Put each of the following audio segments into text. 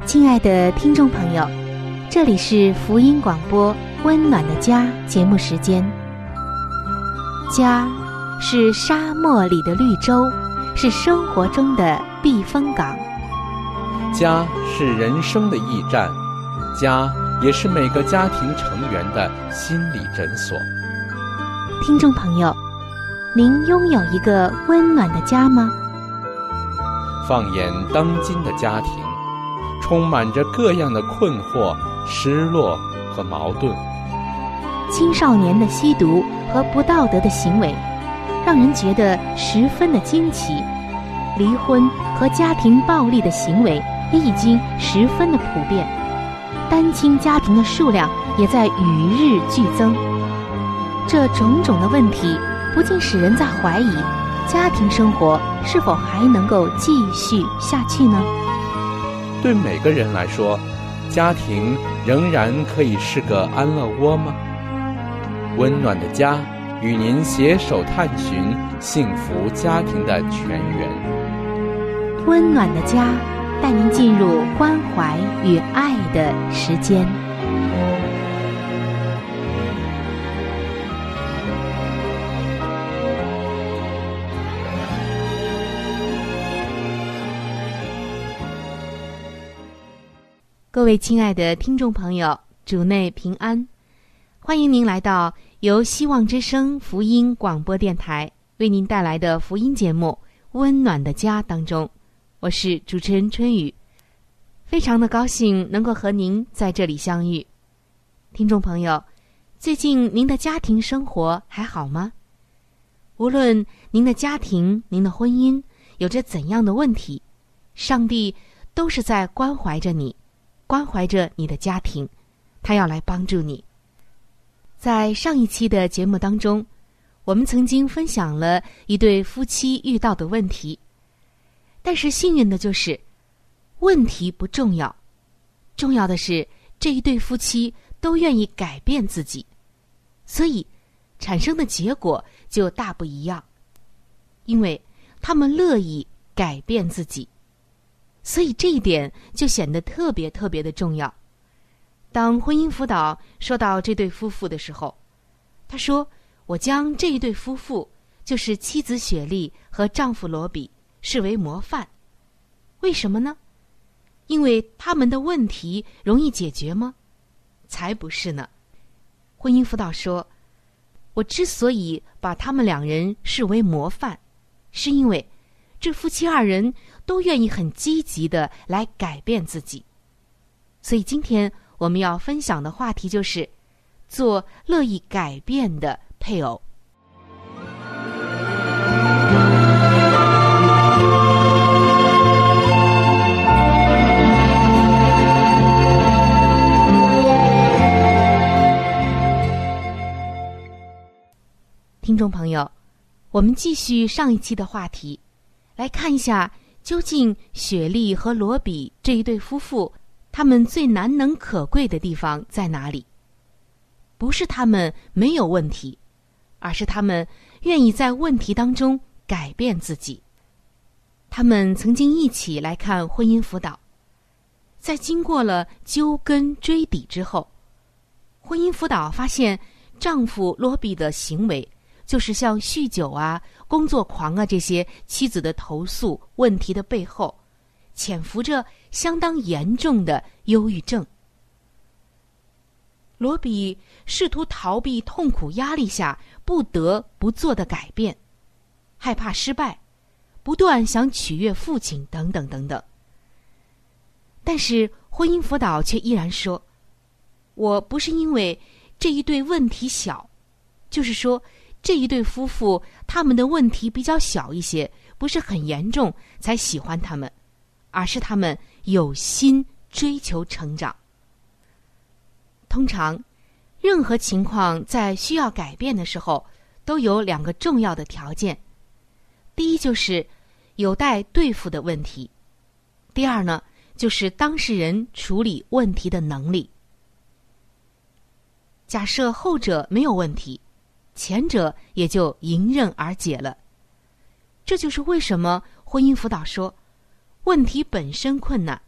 亲爱的听众朋友，这里是福音广播温暖的家节目时间。家是沙漠里的绿洲，是生活中的避风港。 家是人生的驿站，家也是每个家庭成员的心理诊所。 听众朋友，您拥有一个温暖的家吗？ 放眼当今的家庭，充满着各样的困惑、失落和矛盾。 青少年的吸毒和不道德的行为，让人觉得十分的惊奇。离婚和家庭暴力的行为也已经十分的普遍，单亲家庭的数量也在与日俱增。这种种的问题，不禁使人在怀疑，家庭生活是否还能够继续下去呢？ 对每个人来说，家庭仍然可以是个安乐窝吗？温暖的家与您携手探寻幸福家庭的泉源。 温暖的家带您进入关怀与爱的时间。各位亲爱的听众朋友，主内平安，欢迎您来到由希望之声福音广播电台为您带来的福音节目《温暖的家》当中，我是主持人春雨，非常的高兴能够和您在这里相遇。听众朋友，最近您的家庭生活还好吗？无论您的家庭、您的婚姻有着怎样的问题，上帝都是在关怀着你，关怀着你的家庭，他要来帮助你。在上一期的节目当中，我们曾经分享了一对夫妻遇到的问题，但是幸运的就是问题不重要，重要的是这一对夫妻都愿意改变自己，所以产生的结果就大不一样，因为他们乐意改变自己，所以这一点就显得特别特别的重要。当婚姻辅导说到这对夫妇的时候，他说，我将这一对夫妇，就是妻子雪莉和丈夫罗比，视为模范。为什么呢？因为他们的问题容易解决吗？才不是呢。婚姻辅导说，我之所以把他们两人视为模范，是因为这夫妻二人都愿意很积极的来改变自己。所以今天我们要分享的话题就是做乐意改变的配偶。听众朋友，我们继续上一期的话题，来看一下究竟雪莉和罗比这一对夫妇，他们最难能可贵的地方在哪里？不是他们没有问题，而是他们愿意在问题当中改变自己。他们曾经一起来看婚姻辅导，在经过了究根追底之后，婚姻辅导发现丈夫罗比的行为就是像酗酒啊、工作狂啊这些妻子的投诉问题的背后，潜伏着相当严重的忧郁症。罗比试图逃避痛苦压力下不得不做的改变，害怕失败，不断想取悦父亲等等等等。但是婚姻辅导却依然说，我不是因为这一对问题小，就是说这一对夫妇他们的问题比较小一些，不是很严重才喜欢他们，而是他们有心追求成长。通常任何情况在需要改变的时候都有两个重要的条件，第一就是有待对付的问题，第二呢就是当事人处理问题的能力。假设后者没有问题，前者也就迎刃而解了。这就是为什么婚姻辅导说，问题本身困难，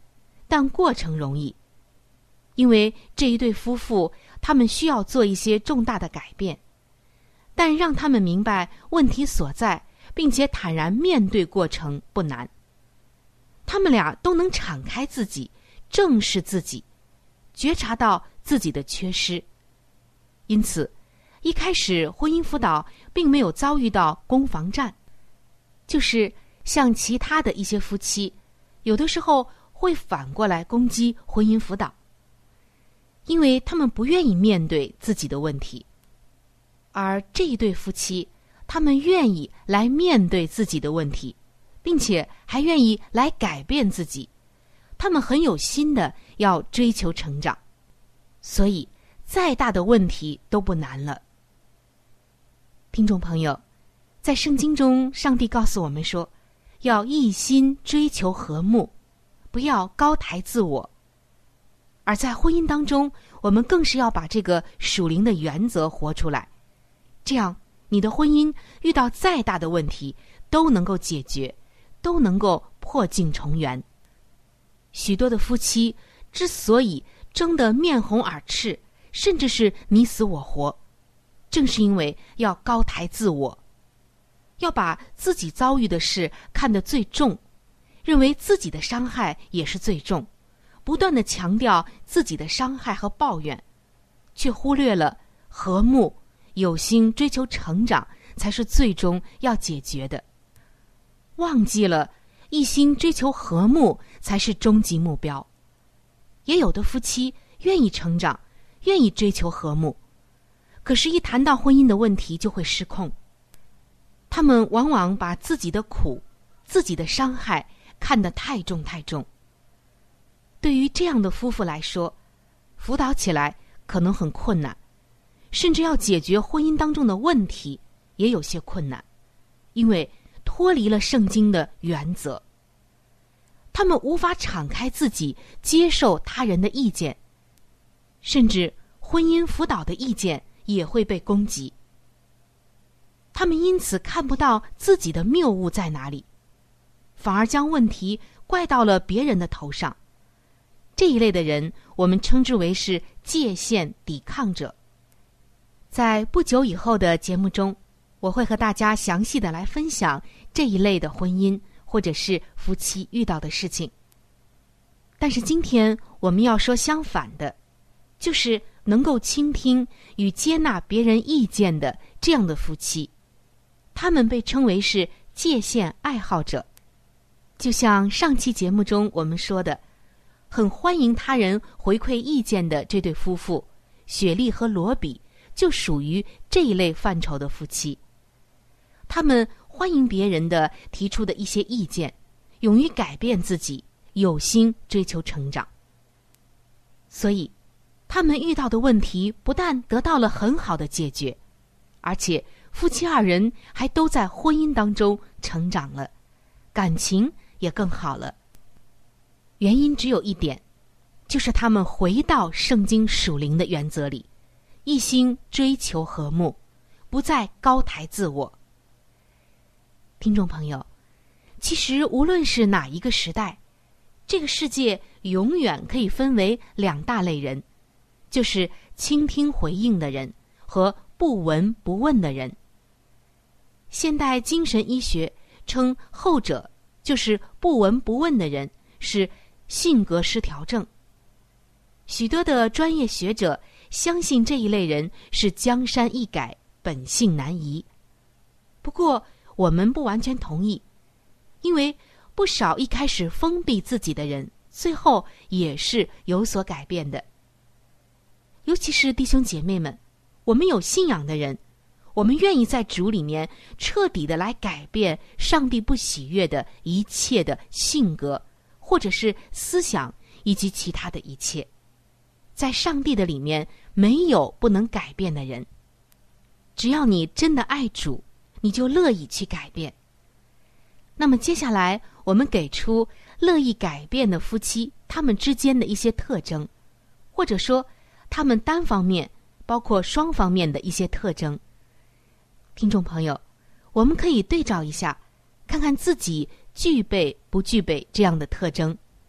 但过程容易。因为这一对夫妇，他们需要做一些重大的改变，但让他们明白问题所在，并且坦然面对过程不难。他们俩都能敞开自己，正视自己，觉察到自己的缺失。因此，一开始婚姻辅导并没有遭遇到攻防战，就是像其他的一些夫妻，有的时候会反过来攻击婚姻辅导，因为他们不愿意面对自己的问题。而这一对夫妻，他们愿意来面对自己的问题，并且还愿意来改变自己，他们很有心的要追求成长，所以再大的问题都不难了。听众朋友，在圣经中，上帝告诉我们说，要一心追求和睦，不要高抬自我。而在婚姻当中，我们更是要把这个属灵的原则活出来，这样你的婚姻遇到再大的问题都能够解决，都能够破镜重圆。许多的夫妻之所以争得面红耳赤，甚至是你死我活，正是因为要高抬自我，要把自己遭遇的事看得最重，认为自己的伤害也是最重，不断地强调自己的伤害和抱怨，却忽略了和睦、有心追求成长才是最终要解决的，忘记了一心追求和睦才是终极目标。也有的夫妻愿意成长，愿意追求和睦，可是一谈到婚姻的问题就会失控。他们往往把自己的苦、自己的伤害看得太重太重。对于这样的夫妇来说，辅导起来可能很困难，甚至要解决婚姻当中的问题也有些困难，因为脱离了圣经的原则。他们无法敞开自己，接受他人的意见，甚至婚姻辅导的意见也会被攻击。他们因此看不到自己的谬误在哪里，反而将问题怪到了别人的头上。这一类的人，我们称之为是界限抵抗者。在不久以后的节目中，我会和大家详细的来分享这一类的婚姻或者是夫妻遇到的事情。但是今天我们要说相反的，就是能够倾听与接纳别人意见的这样的夫妻，他们被称为是界限爱好者。就像上期节目中我们说的，很欢迎他人回馈意见的这对夫妇，雪莉和罗比就属于这一类范畴的夫妻。他们欢迎别人的提出的一些意见，勇于改变自己，有心追求成长。所以他们遇到的问题不但得到了很好的解决，而且夫妻二人还都在婚姻当中成长了，感情也更好了。原因只有一点，就是他们回到圣经属灵的原则里，一心追求和睦，不再高抬自我。听众朋友，其实无论是哪一个时代，这个世界永远可以分为两大类人，就是倾听回应的人和不闻不问的人。现代精神医学称后者，就是不闻不问的人，是性格失调症。许多的专业学者相信这一类人是江山易改，本性难移。不过我们不完全同意，因为不少一开始封闭自己的人，最后也是有所改变的。尤其是弟兄姐妹们，我们有信仰的人，我们愿意在主里面彻底的来改变上帝不喜悦的一切的性格，或者是思想以及其他的一切。在上帝的里面没有不能改变的人，只要你真的爱主，你就乐意去改变。那么接下来我们给出乐意改变的夫妻他们之间的一些特征，或者说他们单方面包括双方面的一些特征。听众朋友，我们可以对照一下，看看自己具备不具备这样的特征。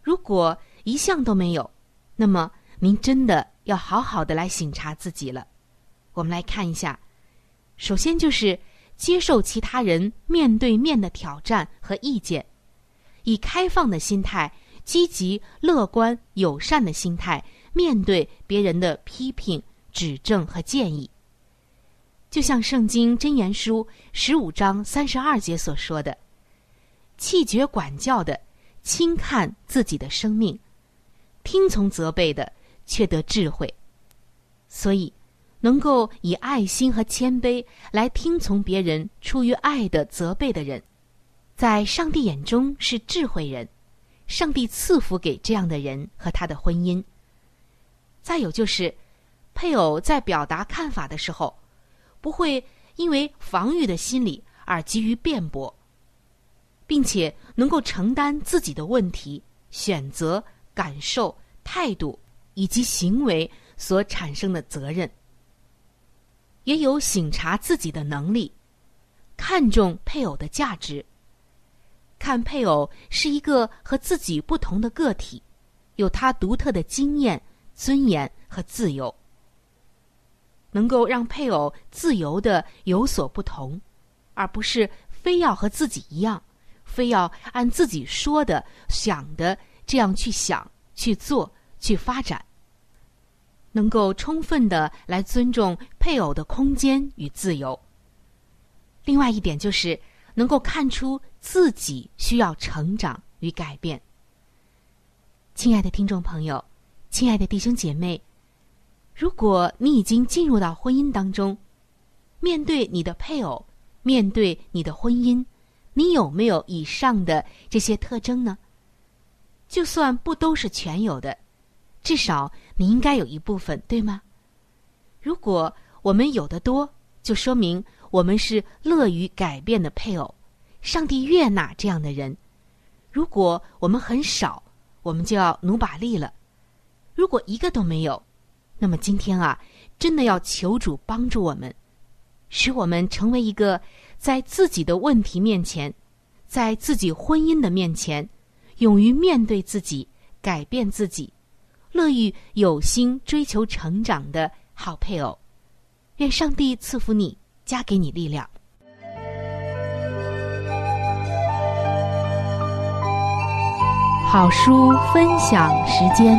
如果一项都没有，那么您真的要好好的来省察自己了。我们来看一下，首先就是接受其他人面对面的挑战和意见，以开放的心态、积极、乐观、友善的心态面对别人的批评、指正和建议。就像圣经箴言书15章32节所说的，弃绝管教的轻看自己的生命，听从责备的却得智慧。所以能够以爱心和谦卑来听从别人出于爱的责备的人，在上帝眼中是智慧人，上帝赐福给这样的人和他的婚姻。再有就是配偶在表达看法的时候，不会因为防御的心理而急于辩驳，并且能够承担自己的问题、选择、感受、态度以及行为所产生的责任。也有省察自己的能力，看重配偶的价值，看配偶是一个和自己不同的个体，有他独特的经验、尊严和自由，能够让配偶自由地有所不同，而不是非要和自己一样，非要按自己说的、想的这样去想、去做、去发展。能够充分地来尊重配偶的空间与自由。另外一点就是能够看出自己需要成长与改变。亲爱的听众朋友，亲爱的弟兄姐妹，如果你已经进入到婚姻当中，面对你的配偶，面对你的婚姻，你有没有以上的这些特征呢？就算不都是全有的，至少你应该有一部分，对吗？如果我们有的多，就说明我们是乐于改变的配偶，上帝悦纳这样的人。如果我们很少，我们就要努把力了。如果一个都没有，那么今天真的要求主帮助我们，使我们成为一个在自己的问题面前，在自己婚姻的面前，勇于面对自己，改变自己，乐于有心追求成长的好配偶。愿上帝赐福你，加给你力量。好书分享时间。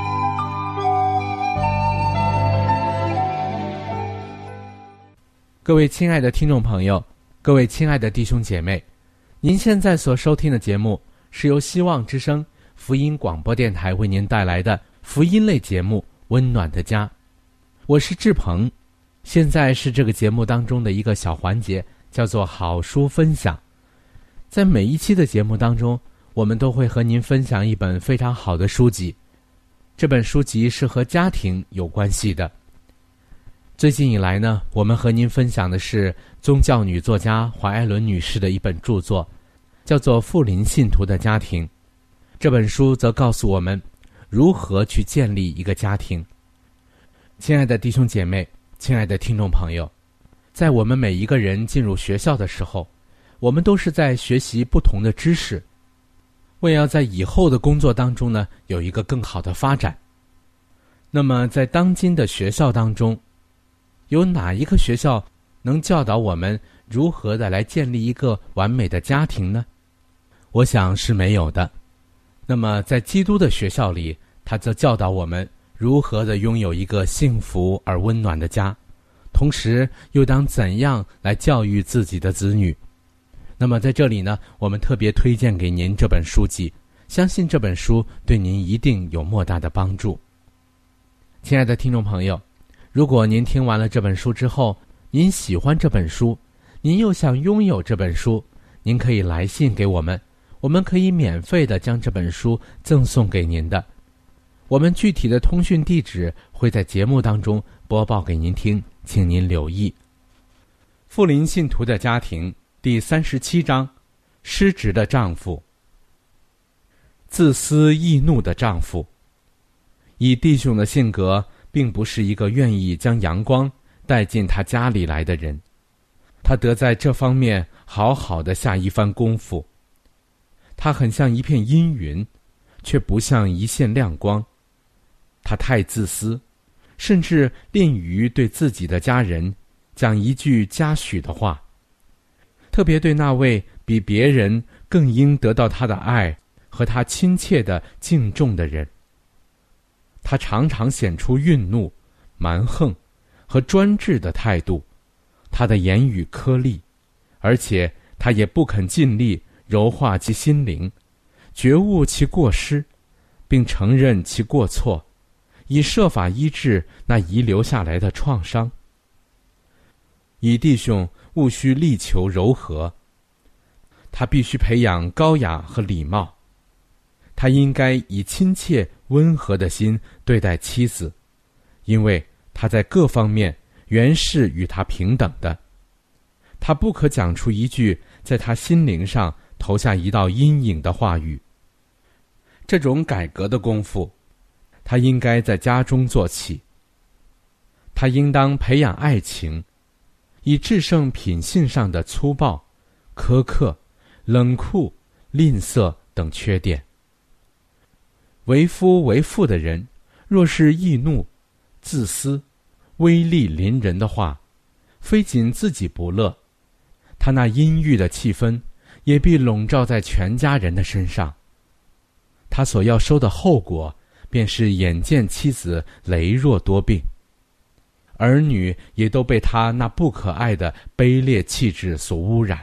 各位亲爱的听众朋友，各位亲爱的弟兄姐妹，您现在所收听的节目是由希望之声福音广播电台为您带来的福音类节目《温暖的家》。我是志鹏，现在是这个节目当中的一个小环节，叫做好书分享。在每一期的节目当中，我们都会和您分享一本非常好的书籍，这本书籍是和家庭有关系的。最近以来呢，我们和您分享的是宗教女作家怀艾伦女士的一本著作，叫做《富林信徒的家庭》。这本书则告诉我们如何去建立一个家庭。亲爱的弟兄姐妹，亲爱的听众朋友，在我们每一个人进入学校的时候，我们都是在学习不同的知识，为要在以后的工作当中呢，有一个更好的发展。那么在当今的学校当中，有哪一个学校能教导我们如何的来建立一个完美的家庭呢？我想是没有的。那么在基督的学校里，他则教导我们如何的拥有一个幸福而温暖的家，同时又当怎样来教育自己的子女。那么在这里呢，我们特别推荐给您这本书籍，相信这本书对您一定有莫大的帮助。亲爱的听众朋友，如果您听完了这本书之后，您喜欢这本书，您又想拥有这本书，您可以来信给我们，我们可以免费的将这本书赠送给您的。我们具体的通讯地址会在节目当中播报给您听，请您留意。富林信徒的家庭第37章，失职的丈夫。自私易怒的丈夫。以弟兄的性格，并不是一个愿意将阳光带进他家里来的人，他得在这方面好好的下一番功夫。他很像一片阴云， 却不像一线亮光。他太自私，甚至吝于对自己的家人讲一句嘉许的话，特别对那位比别人更应得到他的爱和他亲切的敬重的人。他常常显出愠怒、蛮横和专制的态度，他的言语颗粒，而且他也不肯尽力柔化其心灵，觉悟其过失，并承认其过错，以设法医治那遗留下来的创伤。以弟兄务须力求柔和，他必须培养高雅和礼貌，他应该以亲切温和的心对待妻子，因为他在各方面原是与他平等的。他不可讲出一句在他心灵上投下一道阴影的话语。这种改革的功夫，他应该在家中做起。他应当培养爱情，以制胜品性上的粗暴、苛刻、冷酷、吝啬等缺点。为夫为妇的人，若是易怒、自私、威力凌人的话，非仅自己不乐，他那阴郁的气氛也必笼罩在全家人的身上。他所要受的后果，便是眼见妻子羸弱多病，儿女也都被他那不可爱的卑劣气质所污染。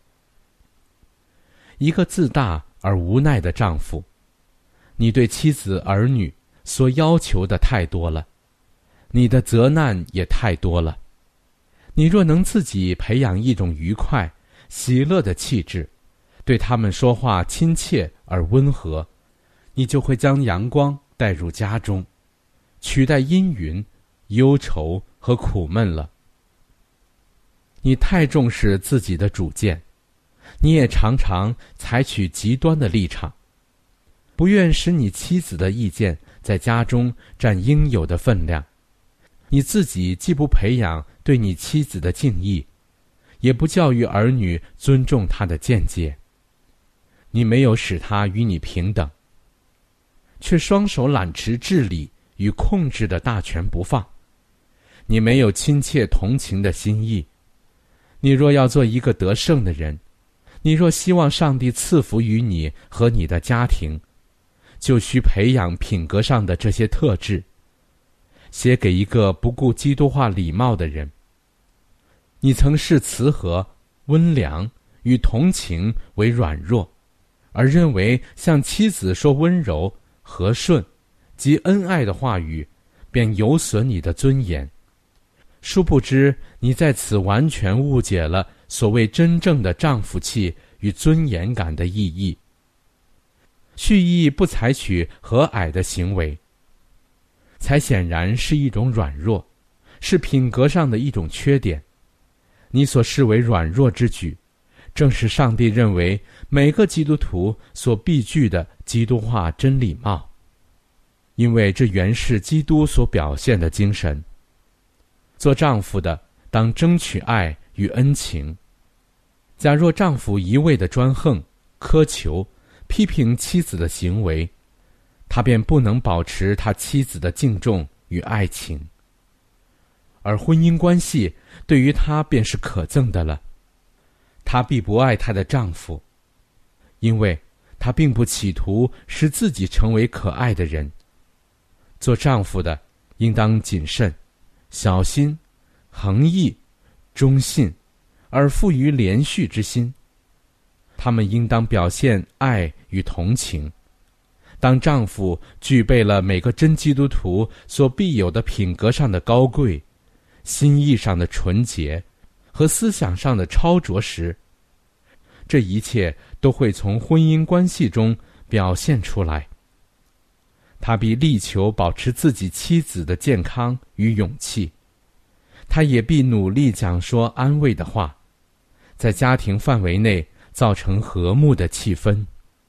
一个自大而无奈的丈夫，你对妻子儿女所要求的太多了，你的责难也太多了。你若能自己培养一种愉快、喜乐的气质，对他们说话亲切而温和，你就会将阳光带入家中，取代阴云、忧愁和苦闷了。你太重视自己的主见，你也常常采取极端的立场，不愿使你妻子的意见在家中占应有的分量。你自己既不培养对你妻子的敬意，也不教育儿女尊重她的见解。你没有使她与你平等，却双手揽持治理与控制的大权不放。你没有亲切同情的心意。你若要做一个得胜的人，你若希望上帝赐福于你和你的家庭，就需培养品格上的这些特质。写给一个不顾基督化礼貌的人。你曾视慈和、温良与同情为软弱，而认为向妻子说温柔、和顺及恩爱的话语，便有损你的尊严。殊不知，你在此完全误解了所谓真正的丈夫气与尊严感的意义。蓄意不采取和蔼的行为，才显然是一种软弱，是品格上的一种缺点。你所视为软弱之举，正是上帝认为每个基督徒所必具的基督化真礼貌，因为这原是基督所表现的精神。做丈夫的当争取爱与恩情。假若丈夫一味的专横、苛求、批评妻子的行为，他便不能保持他妻子的敬重与爱情，而婚姻关系对于他便是可憎的了。他必不爱他的丈夫，因为他并不企图使自己成为可爱的人。做丈夫的应当谨慎、小心、恒毅、忠信，而富于连续之心。他们应当表现爱与同情。当丈夫具备了每个真基督徒所必有的品格上的高贵、心意上的纯洁和思想上的超卓时，这一切都会从婚姻关系中表现出来。他必力求保持自己妻子的健康与勇气，他也必努力讲说安慰的话，在家庭范围内造成和睦的气氛。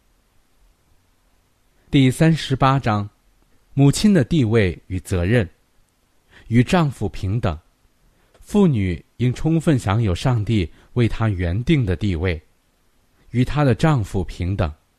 第38章，母亲的地位与责任。与丈夫平等，妇女应充分享有上帝为她原定的地位。与她的丈夫平等，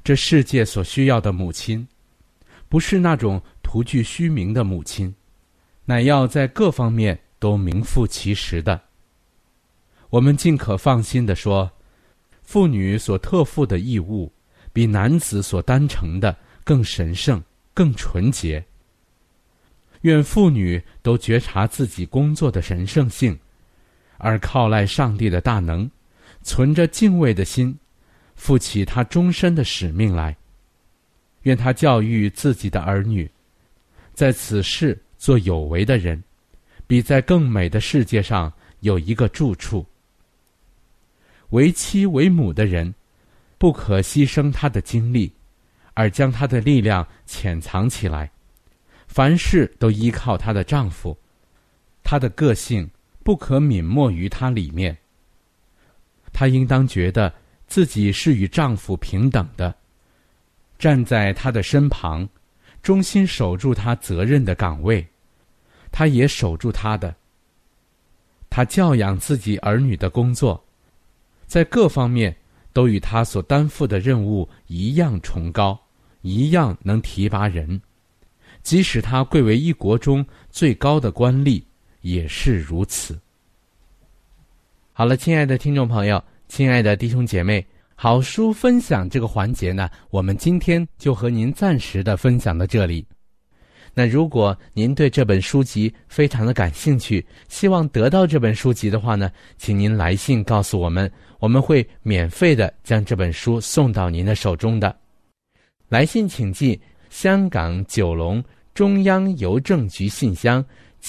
这世界所需要的母亲，不是那种徒具虚名的母亲，乃要在各方面都名副其实的。我们尽可放心地说，妇女所特负的义务，比男子所担承的更神圣、更纯洁。愿妇女都觉察自己工作的神圣性，而靠赖上帝的大能，存着敬畏的心，负起他终身的使命来。愿他教育自己的儿女，在此世做有为的人，比在更美的世界上有一个住处。为妻为母的人，不可牺牲他的精力，而将他的力量潜藏起来，凡事都依靠她的丈夫，她的个性不可泯没于她里面。她应当觉得自己是与丈夫平等的，站在他的身旁，忠心守住他责任的岗位，他也守住他的。他教养自己儿女的工作，在各方面都与他所担负的任务一样崇高，一样能提拔人。即使他贵为一国中最高的官吏，也是如此。好了，亲爱的听众朋友，亲爱的弟兄姐妹，好书分享这个环节呢，我们今天就和您暂时的分享到这里。那如果您对这本书籍非常的感兴趣，希望得到这本书籍的话呢，请您来信告诉我们，我们会免费的将这本书送到您的手中的。来信请寄香港九龙中央邮政局信箱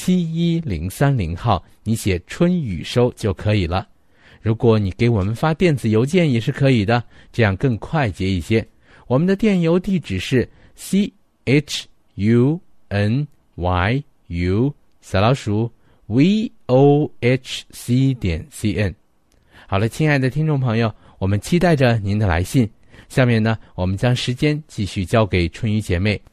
71030号，你写春雨收就可以了。如果你给我们发电子邮件也是可以的，这样更快捷一些。我们的电邮地址是 CHUNYU vohc.cn。 好了，亲爱的听众朋友，我们期待着您的来信。下面呢，我们将时间继续交给春雨姐妹。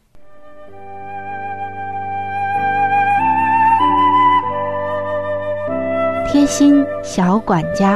贴心小管家。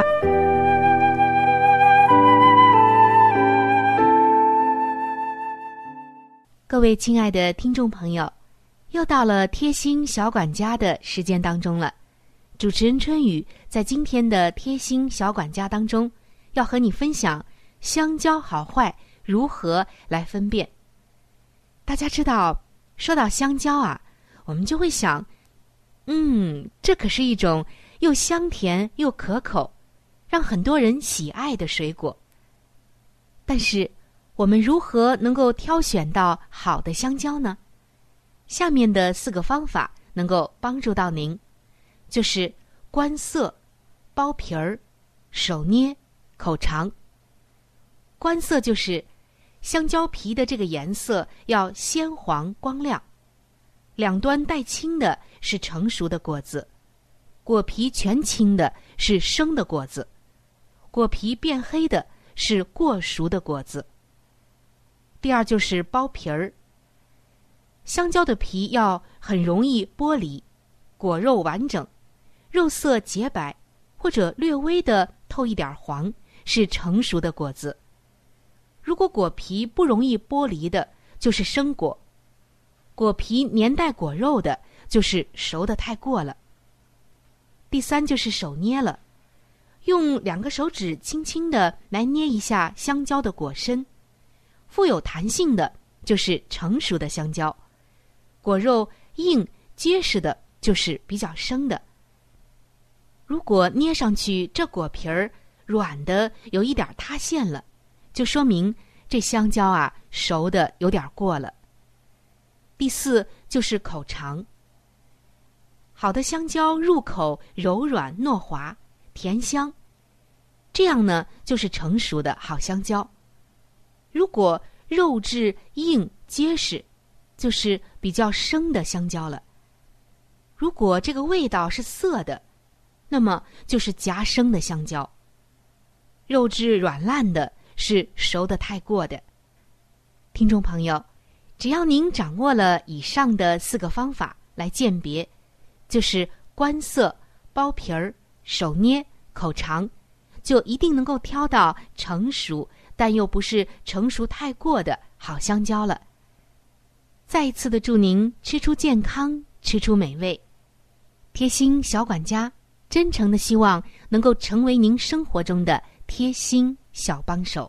各位亲爱的听众朋友，又到了贴心小管家的时间当中了。主持人春雨在今天的贴心小管家当中，要和你分享香蕉好坏如何来分辨。大家知道，说到香蕉啊，我们就会想，这可是一种又香甜又可口，让很多人喜爱的水果。但是我们如何能够挑选到好的香蕉呢？下面的4个方法能够帮助到您，就是观色、剥皮儿、手捏、口尝。观色就是香蕉皮的这个颜色要鲜黄光亮，两端带青的是成熟的果子，果皮全青的是生的果子，果皮变黑的是过熟的果子。第二就是剥皮儿，香蕉的皮要很容易剥离，果肉完整，肉色洁白或者略微的透一点黄，是成熟的果子。如果果皮不容易剥离的，就是生果，果皮粘带果肉的，就是熟得太过了。第三就是手捏了，用2个手指轻轻地来捏一下香蕉的果身，富有弹性的就是成熟的香蕉，果肉硬结实的就是比较生的。如果捏上去这果皮儿软的有一点塌陷了，就说明这香蕉啊熟的有点过了。第4就是口尝，好的香蕉入口柔软糯滑，甜香，这样呢就是成熟的好香蕉。如果肉质硬结实，就是比较生的香蕉了。如果这个味道是涩的，那么就是夹生的香蕉。肉质软烂的是熟得太过的。听众朋友，只要您掌握了以上的4个方法来鉴别，就是观色、剥皮儿、手捏、口尝， 就一定能够挑到成熟但又不是成熟太过的好香蕉了。再一次的祝您吃出健康，吃出美味。贴心小管家真诚的希望能够成为您生活中的贴心小帮手。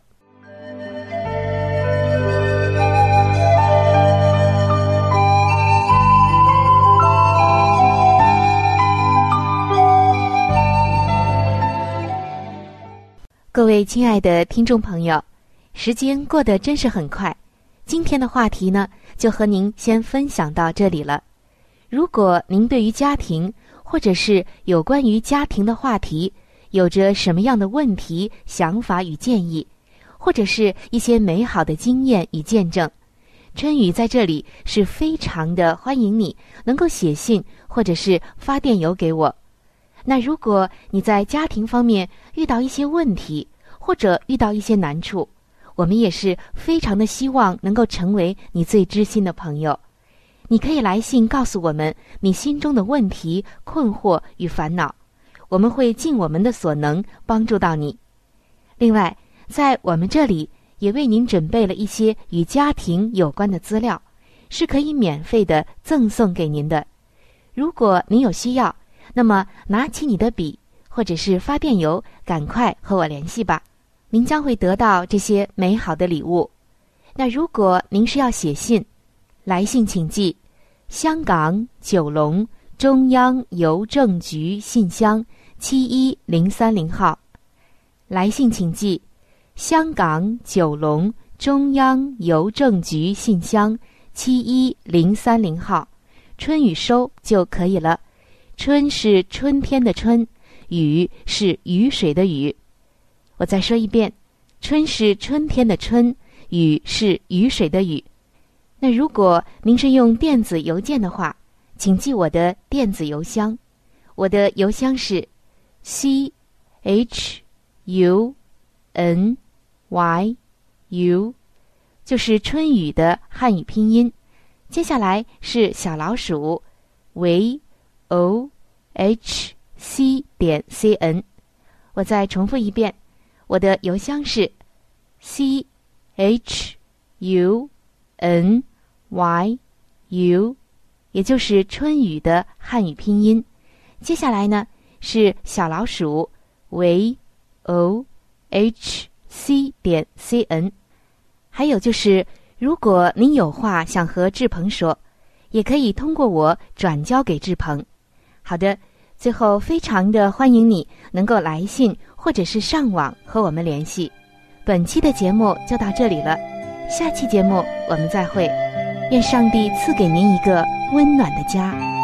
各位亲爱的听众朋友，时间过得真是很快，今天的话题呢，就和您先分享到这里了。如果您对于家庭或者是有关于家庭的话题有着什么样的问题、想法与建议，或者是一些美好的经验与见证，春雨在这里是非常的欢迎你能够写信或者是发电邮给我。那如果你在家庭方面遇到一些问题，或者遇到一些难处，我们也是非常的希望能够成为你最知心的朋友。你可以来信告诉我们你心中的问题、困惑与烦恼，我们会尽我们的所能帮助到你。另外，在我们这里也为您准备了一些与家庭有关的资料，是可以免费的赠送给您的。如果您有需要，那么拿起你的笔或者是发电邮，赶快和我联系吧，您将会得到这些美好的礼物。那如果您是要写信，来信请寄香港九龙中央邮政局信箱71030号。来信请寄香港九龙中央邮政局信箱71030号，春雨收就可以了。春是春天的春，雨是雨水的雨。我再说一遍，春是春天的春，雨是雨水的雨。那如果您是用电子邮件的话，请记我的电子邮箱。我的邮箱是 CHUNYU， 就是春雨的汉语拼音。接下来是小老鼠vohc.cn。 我再重复一遍，我的邮箱是 CHUNYU， 也就是春雨的汉语拼音。接下来呢是小老鼠vohc.cn。 还有就是，如果您有话想和志鹏说，也可以通过我转交给志鹏。好的，最后非常的欢迎你能够来信或者是上网和我们联系。本期的节目就到这里了，下期节目我们再会。愿上帝赐给您一个温暖的家。